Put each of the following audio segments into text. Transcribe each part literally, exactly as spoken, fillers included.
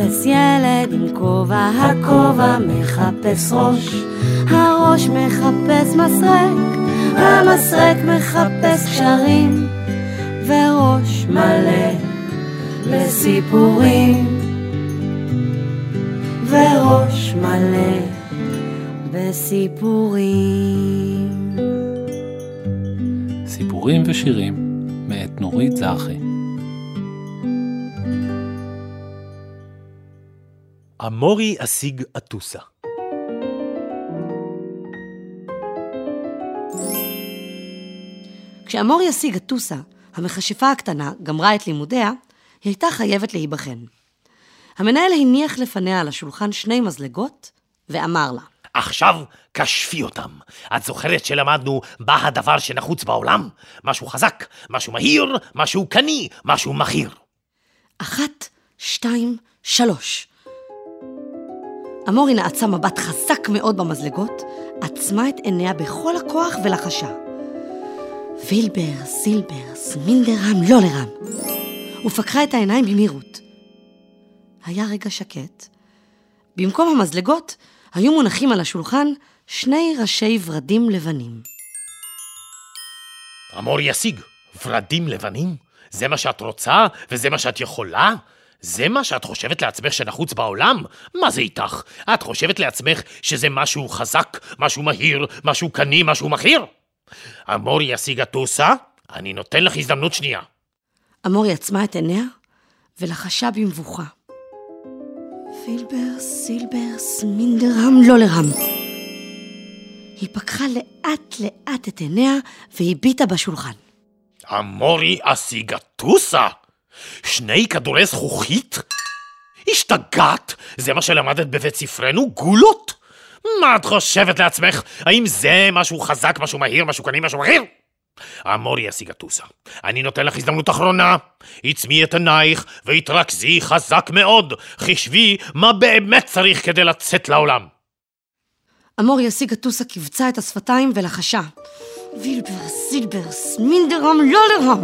מחפש ילד עם כובע, הכובע מחפש ראש, הראש מחפש מסרק, המסרק מחפש קשרים, וראש מלא לסיפורים, וראש מלא בסיפורים. סיפורים ושירים מאת נורית זרחי. אמורי אשיג אטוסה. כשאמורי אשיג אטוסה, המכשפה הקטנה, גמרה את לימודיה, היא הייתה חייבת להיבחן. המנהל הניח לפניה על השולחן שני מזלגות, ואמר לה, עכשיו כשפי אותם. את זוכרת שלמדנו בה הדבר שנחוץ בעולם? משהו חזק, משהו מהיר, משהו קני, משהו מחיר. אחת, שתיים, שלוש. אמורי נעצה מבט חזק מאוד במזלגות, עצמה את עיניה בכל הכוח ולחשה. וילבר, סילבר, סמינדרם, לא לרם. ופקחה את העיניים במהירות. היה רגע שקט. במקום המזלגות, היו מונחים על השולחן שני ראשי ורדים לבנים. אמורי אשיג, ורדים לבנים? זה מה שאת רוצה וזה מה שאת יכולה? זה מה שאת חושבת לעצמך שנחוץ בעולם? מה זה איתך? את חושבת לעצמך שזה משהו חזק, משהו מהיר, משהו קני, משהו מחיר? אמורי אשיג אטוסה, אני נותן לך הזדמנות שנייה. אמורי עצמה את עיניה ולחשה במבוכה. וילבר, סילבר, סמינדרם, לא לרם. היא פקחה לאט לאט את עיניה והביטה בשולחן. אמורי אשיג אטוסה? שני כדורי זכוכית? השתגעת? זה מה שלמדת בבית ספרנו? גולות? מה את חושבת לעצמך? האם זה משהו חזק, משהו מהיר, משהו קני, משהו מחיר? אמורי אשיג אטוסה, אני נותן לך הזדמנות אחרונה. עצמי את עינייך והתרכזי חזק מאוד. חשבי מה באמת צריך כדי לצאת לעולם. אמורי אשיג אטוסה קבצה את השפתיים ולחשה. וילבר, סילבר, סמינדרם, לא לרם.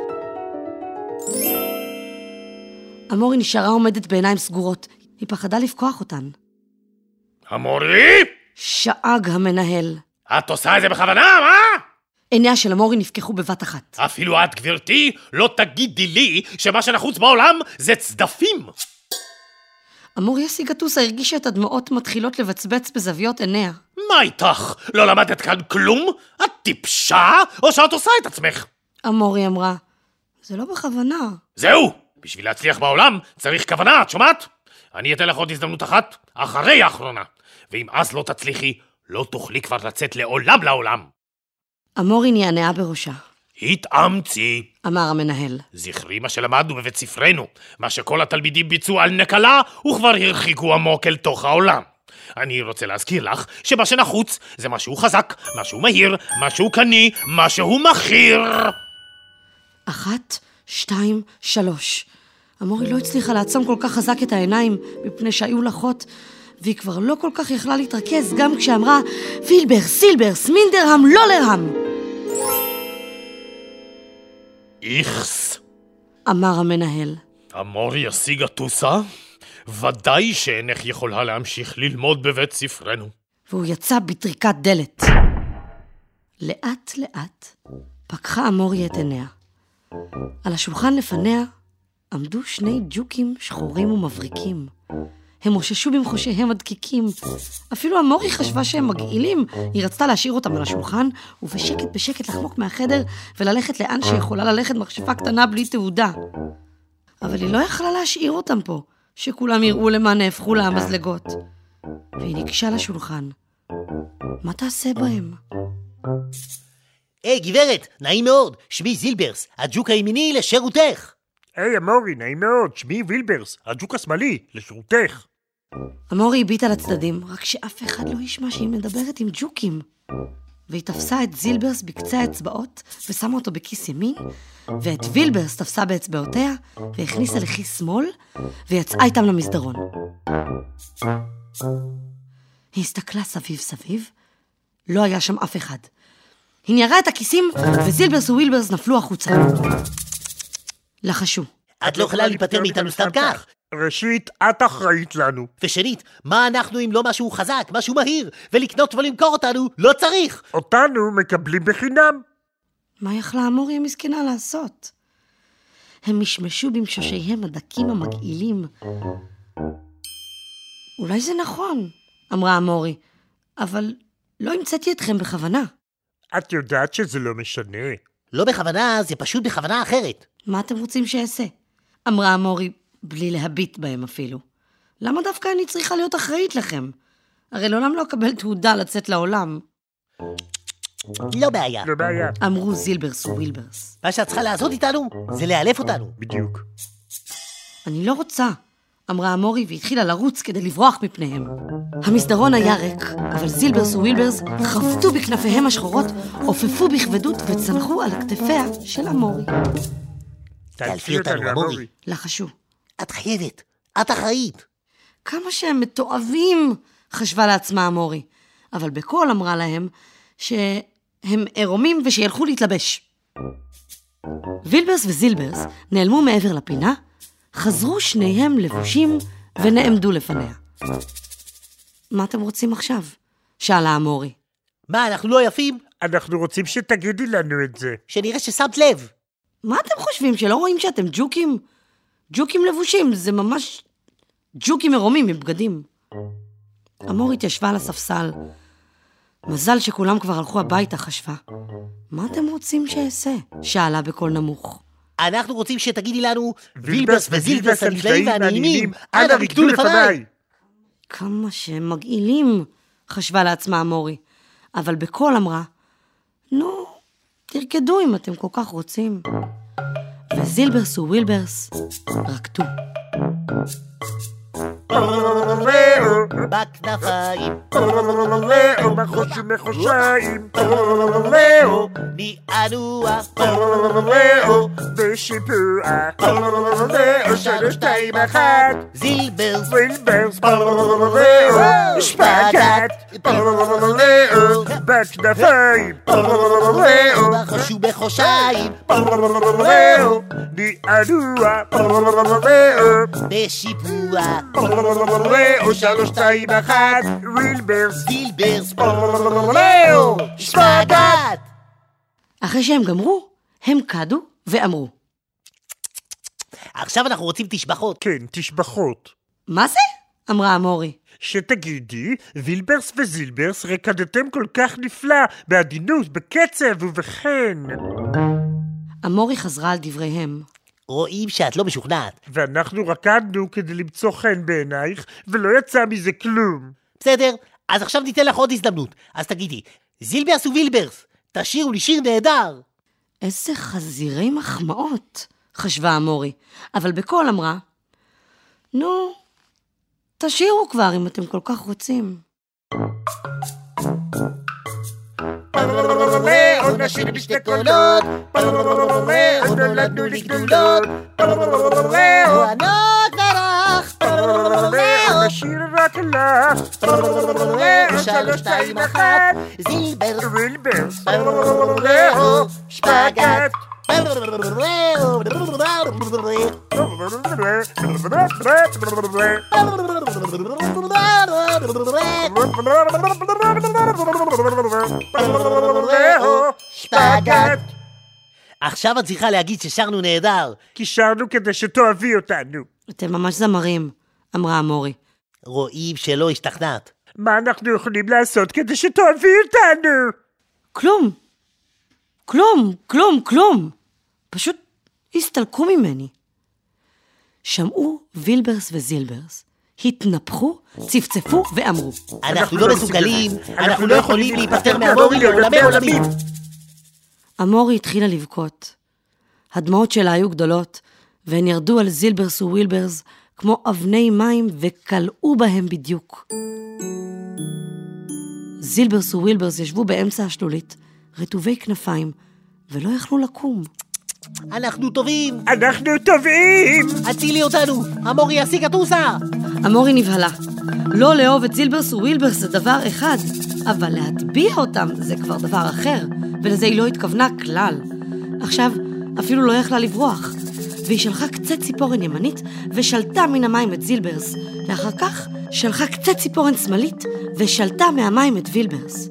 אמורי נשארה עומדת בעיניים סגורות. היא פחדה לפקוח אותן. אמורי? שאג המנהל. את עושה את זה בכוונה, מה? עיניה של אמורי נפקחו בבת אחת. אפילו את, גברתי, לא תגידי לי שמה שנחוץ בעולם זה צדפים. אמורי אשיג אטוסה הרגישה את הדמעות מתחילות לבצבץ בזוויות עיניה. מה איתך? לא למדת כאן כלום? את טיפשה או שאת עושה את עצמך? אמורי אמרה, זה לא בכוונה. זהו, בשביל להצליח בעולם צריך כוונה, את שומעת? אני אתן לך עוד הזדמנות אחת, אחרי האחרונה. ואם אז לא תצליחי, לא תוכלי כבר לצאת לעולם לעולם. אמורי נענעה בראשה. התאמצי, אמר המנהל. זכרי מה שלמדנו בבית ספרנו. מה שכל התלמידים ביצעו על נקלה, וכבר הרחיקו עמוק אל תוך העולם. אני רוצה להזכיר לך שמה שנחוץ זה משהו חזק, משהו מהיר, משהו קני, משהו מחיר. אחת, שתיים, שלוש. אמורי לא הצליחה לעצום כל כך חזק את העיניים, מפני שהיו לחות, והיא כבר לא כל כך יכלה להתרכז, גם כשאמרה, וילבר, סילבר, סמינדרם, לא לרם. איכס, אמר המנהל. אמורי אשיג אטוסה, ודאי שאינך יכולה להמשיך ללמוד בבית ספרנו. והוא יצא בטריקת דלת. לאט לאט פקחה אמורי את עיניה. על השולחן לפניה עמדו שני ג'וקים שחורים ומבריקים. הם מוששו במחושיהם הדקיקים. אפילו אמורי חשבה שהם מגעילים. היא רצתה להשאיר אותם על השולחן, ובשקט בשקט לחמוק מהחדר וללכת לאן שיכולה ללכת מכשפה קטנה בלי תעודה. אבל היא לא יכלה להשאיר אותם פה, שכולם יראו למה נהפכו לה המזלגות. והיא ניגשה לשולחן. מה תעשה בהם? היי, גברת, נעים מאוד, שמי זילברס, הג'וק הימיני לשירותך. היי, אמורי, נעים מאוד, שמי וילברס, הג'וק השמאלי, לשירותך. אמורי הביטה לצדדים, רק שאף אחד לא ישמע שהיא מדברת עם ג'וקים. והיא תפסה את זילברס בקצה האצבעות ושמה אותו בכיס ימין, ואת וילברס תפסה באצבעותיה והכניסה לכיס שמאל ויצאה איתם למסדרון. היא הסתכלה סביב סביב, לא היה שם אף אחד. היא ניירה את הכיסים וזילברס ווילברס נפלו החוצה. לחשו. את לא יכולה להיפטר מאיתנו סתם כך. ראשית, את אחראית לנו. ושנית, מה אנחנו אם לא משהו חזק, משהו מהיר, ולקנות ולמכור אותנו לא צריך. אותנו מקבלים בחינם. מה יכלה המורי המסכנה לעשות? הם משמשו במשושיהם הדקים המגעילים. אולי זה נכון, אמרה המורי, אבל לא המצאתי אתכם בכוונה. את יודעת שזה לא משנה. לא בכוונה, זה פשוט בכוונה אחרת. מה אתם רוצים שאעשה? אמרה המורי בלי להביט בהם אפילו. למה דווקא אני צריכה להיות אחראית לכם? הרי לעולם לא אקבל תעודה לצאת לעולם. לא בעיה. לא בעיה. אמרו זילברס ווילברס. מה שאת צריכה לעשות איתנו זה לאלף אותנו. בדיוק. אני לא רוצה, אמרה המורי והתחילה לרוץ כדי לברוח מפניהם. המסדרון היה ריק, אבל זילברס ווילברס חבטו בכנפיהם השחורות, עופפו בכבדות וצנחו על כתפיה של המורי. תאלפי אותנו, המורי. לחשו. את חייבת, את אחראית. כמה שהם מתועבים, חשבה לעצמה המורי, אבל בקול אמרה להם שהם עירומים ושילכו להתלבש. וילברס וזילברס נעלמו מעבר לפינה, חזרו שניהם לבושים ונעמדו לפניה. מה אתם רוצים עכשיו? שאלה המורי. מה, אנחנו לא יפים? אנחנו רוצים שתגידי לנו את זה. שנראה ששמת לב. מה אתם חושבים, שלא רואים שאתם ג'וקים? ג'וקים לבושים, זה ממש ג'וקים עירומים מבגדים. המורי התיישבה על הספסל. מזל שכולם כבר הלכו הביתה, חשבה. מה אתם רוצים שאעשה? שאלה בקול נמוך. אנחנו רוצים שתגידי לנו, וילברס וזילברס הנפלאים והנעימים, אנא רקדו לפניי. כמה שהם מגעילים, חשבה לעצמה המורי, אבל בקול אמרה, נו, תרקדו אם אתם כל כך רוצים. וזילברס ווילברס רקדו. בכנפיים, בחוש ומחושיים, ניענוע, בשיפוע, שלוש, שתיים, אחת, זילברס, וילברס, שפגאט, בכנפיים, בחוש ומחושיים, ניענוע, בשיפוע, שלוש, שתיים, אחת, וילברס, זילברס, שפגאט. אחרי שהם גמרו, הם קדו ואמרו. עכשיו אנחנו רוצים תשבחות. כן, תשבחות. מה זה? אמרה המורי. שתגידי, וילברס וזילברס רקדתם כל כך נפלא, בעדינות, בקצב ובחן. המורי חזרה על דבריהם. רואים שאת לא משוכנעת. ואנחנו רקדנו כדי למצוא חן בעינייך, ולא יצא מזה כלום. בסדר, אז עכשיו ניתן לך עוד הזדמנות. אז תגידי, זילברס ווילברס, תשירו לי שיר נהדר. איזה חזירי מחמאות, חשבה המורי, אבל בקול אמרה, נו, תשירו כבר אם אתם כל כך רוצים. עוד נשיר בשתי קולות, עוד נולדנו לגדולות, ענות ורח, עוד נשיר רק לך, שלוש, שתיים, אחת, זילברס, וילברס, שפגאט, שפגאט. עכשיו את צריכה להגיד ששרנו נהדר. כי שרנו כדי שתאהבי אותנו. אתם ממש זמרים, אמרה המורי. רואים שלא השתכנעת. מה אנחנו יכולים לעשות כדי שתאהבי אותנו? כלום, כלום, כלום, כלום. פשוט הסתלקו ממני. שמעו וילברס וזילברס, התנפחו, צפצפו ואמרו. אנחנו לא מסוגלים, אנחנו לא יכולים להיפטר מהמורי לעולמי עולמים. המורי התחילה לבכות. הדמעות שלה היו גדולות, והן ירדו על זילברס ווילברס כמו אבני מים וקלעו בהם בדיוק. זילברס ווילברס ישבו באמצע השלולית, רטובי כנפיים, ולא יכלו לקום. אנחנו טובים. אנחנו טובים. הצילי אותנו, המורי הסיקטוסה. המורי נבהלה. לא לאהוב את זילברס ווילברס זה דבר אחד, אבל להטביע אותם זה כבר דבר אחר, ולזה היא לא התכוונה כלל. עכשיו אפילו לא יכלה לברוח. והיא שלחה קצת ציפורן ימנית ושלטה מן המים את זילברס, ואחר כך שלחה קצת ציפורן שמאלית ושלטה מהמים את וילברס.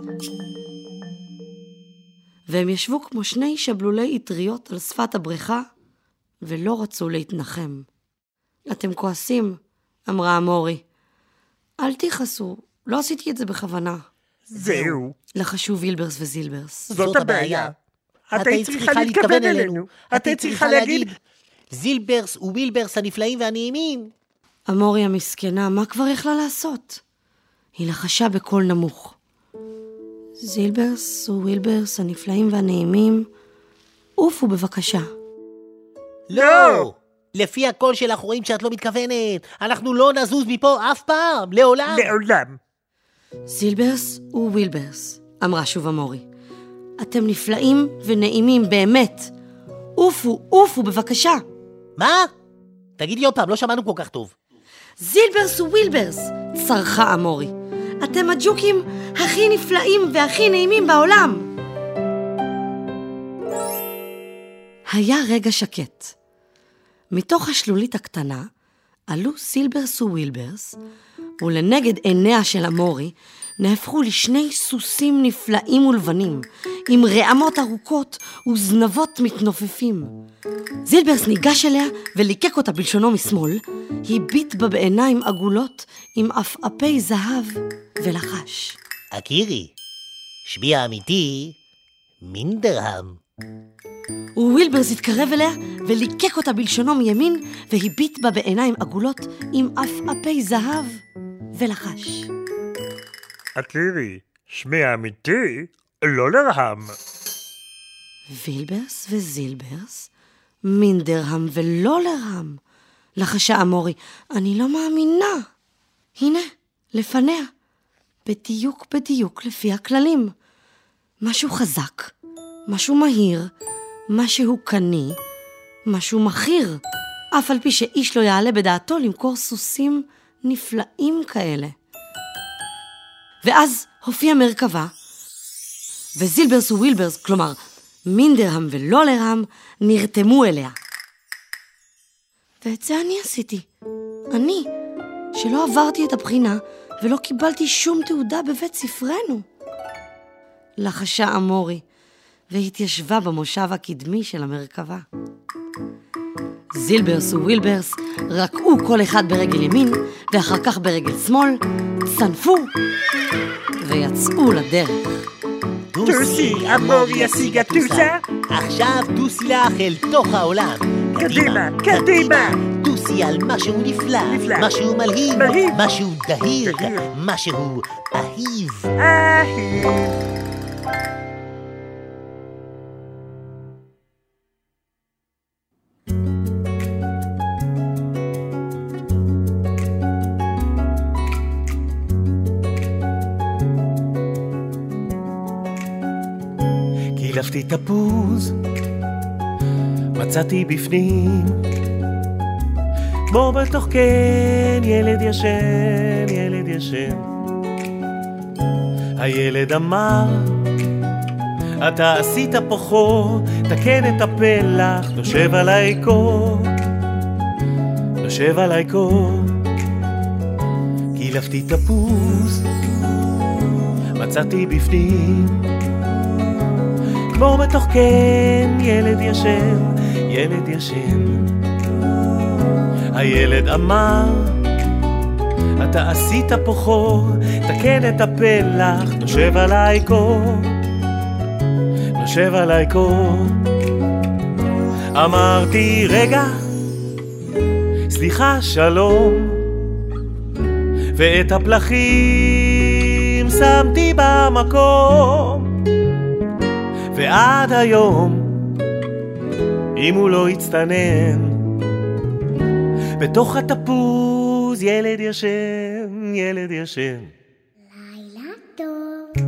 והם ישבו כמו שני שבלולי אטריות על שפת הבריכה ולא רצו להתנחם. אתם כועסים, אמרה אמורי. אל תיחסו, לא עשיתי את זה בכוונה. זהו. לחשו וילברס וזילברס. זאת הבעיה. את היית צריכה להתכוון אלינו. את היית צריכה להגיד זילברס ווילברס הנפלאים והנעימים. אמורי המסכנה, מה כבר יכלה לעשות? היא לחשה בקול נמוך. זילברס ווילברס הנפלאים והנעימים, עופו בבקשה. לא! לפי הקול שלך רואים שאת לא מתכוונת. אנחנו לא נזוז מפה אף פעם, לעולם. לעולם. זילברס ווילברס, אמרה שוב אמורי. אתם נפלאים ונעימים באמת. עופו, עופו בבקשה. מה? תגידי עוד פעם, לא שמענו כל כך טוב. זילברס ווילברס, צרחה אמורי. אתם הג'וקים הכי נפלאים והכי נעימים בעולם. היה רגע שקט. מתוך השלולית הקטנה עלו זילברס ווילברס, ולנגד עיניה של אמורי נהפכו לשני סוסים נפלאים ולבנים, עם רעמות ארוכות וזנבות מתנופפים. זילברס ניגש אליה וליקק אותה בלשונו משמאל, הביט בה בעיניים עגולות עם עפעפי זהב ולחש. אקירי, שמי האמיתי, מינדרהם. ווילברס התקרב אליה וליקק אותה בלשונו מימין, והביט בה בעיניים עגולות עם עפעפי זהב ולחש. אקירי, שמי האמיתי, לא לרהם. וילברס וזילברס, מינדרהם ולא לרהם. לחשה אמורי, אני לא מאמינה. הנה, לפניה, בדיוק בדיוק לפי הכללים. משהו חזק, משהו מהיר, משהו קני, משהו מחיר, אף על פי שאיש לא יעלה בדעתו למכור סוסים נפלאים כאלה. ואז הופיע מרכבה, וזילברס ווילברס, כלומר מינדרהם ולא לרהם, נרתמו אליה. ואת זה אני עשיתי. אני, שלא עברתי את הבחינה ולא קיבלתי שום תעודה בבית ספרנו. לחשה אמורי, והתיישבה במושב הקדמי של המרכבה. זילברס ווילברס רקעו כל אחד ברגל ימין, ואחר כך ברגל שמאל, צנפו ויצאו לדרך. טוסי, אמורי השיגה טוסה. עכשיו טוסי לך אל תוך העולם. קדימה, קדימה. טוסי על משהו נפלא, נפלא. משהו מלהיב, מלהיב. משהו דהיר, דהיר. משהו אהיב. אהיב. קילפתי תפוז, מצאתי בפנים, כמו בתוך כן ילד ישן, ילד ישן. הילד אמר, אתה עשית פה חור, תקן את הפלח, נושב עליי קור, נושב עליי קור. קילפתי תפוז, מצאתי בפנים, כמו בתוך כן ילד ישן, ילד ישן. הילד אמר, אתה עשית פה חור, תקן את הפלח, נושב עליי קור, נושב עליי קור. אמרתי רגע, סליחה שלום, ואת הפלחים שמתי במקום. ועד היום, אם הוא לא יצטנן, בתוך התפוז ילד ישן, ילד ישן. לילה טוב.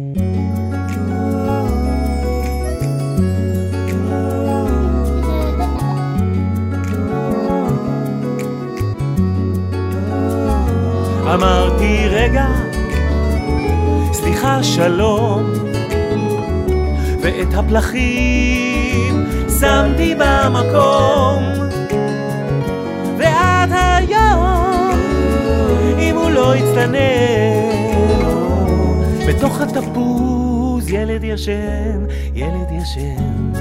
אמרתי רגע, סליחה שלום, ואת הפלחים שמתי במקום. לא יצטנן. בתוך התפוז ילד ישן, ילד ישן.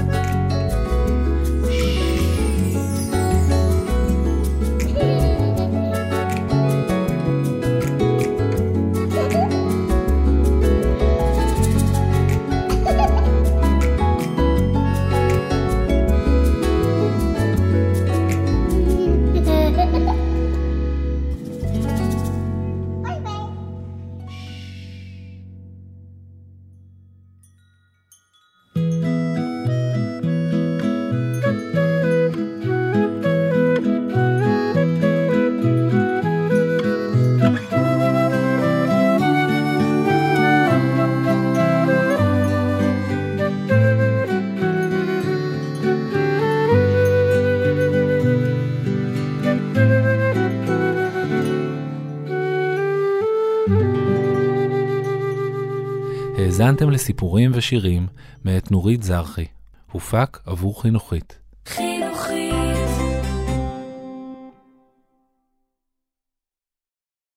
האזנתם לסיפורים ושירים מאת נורית זרחי, הופק עבור חינוכית. חינוכית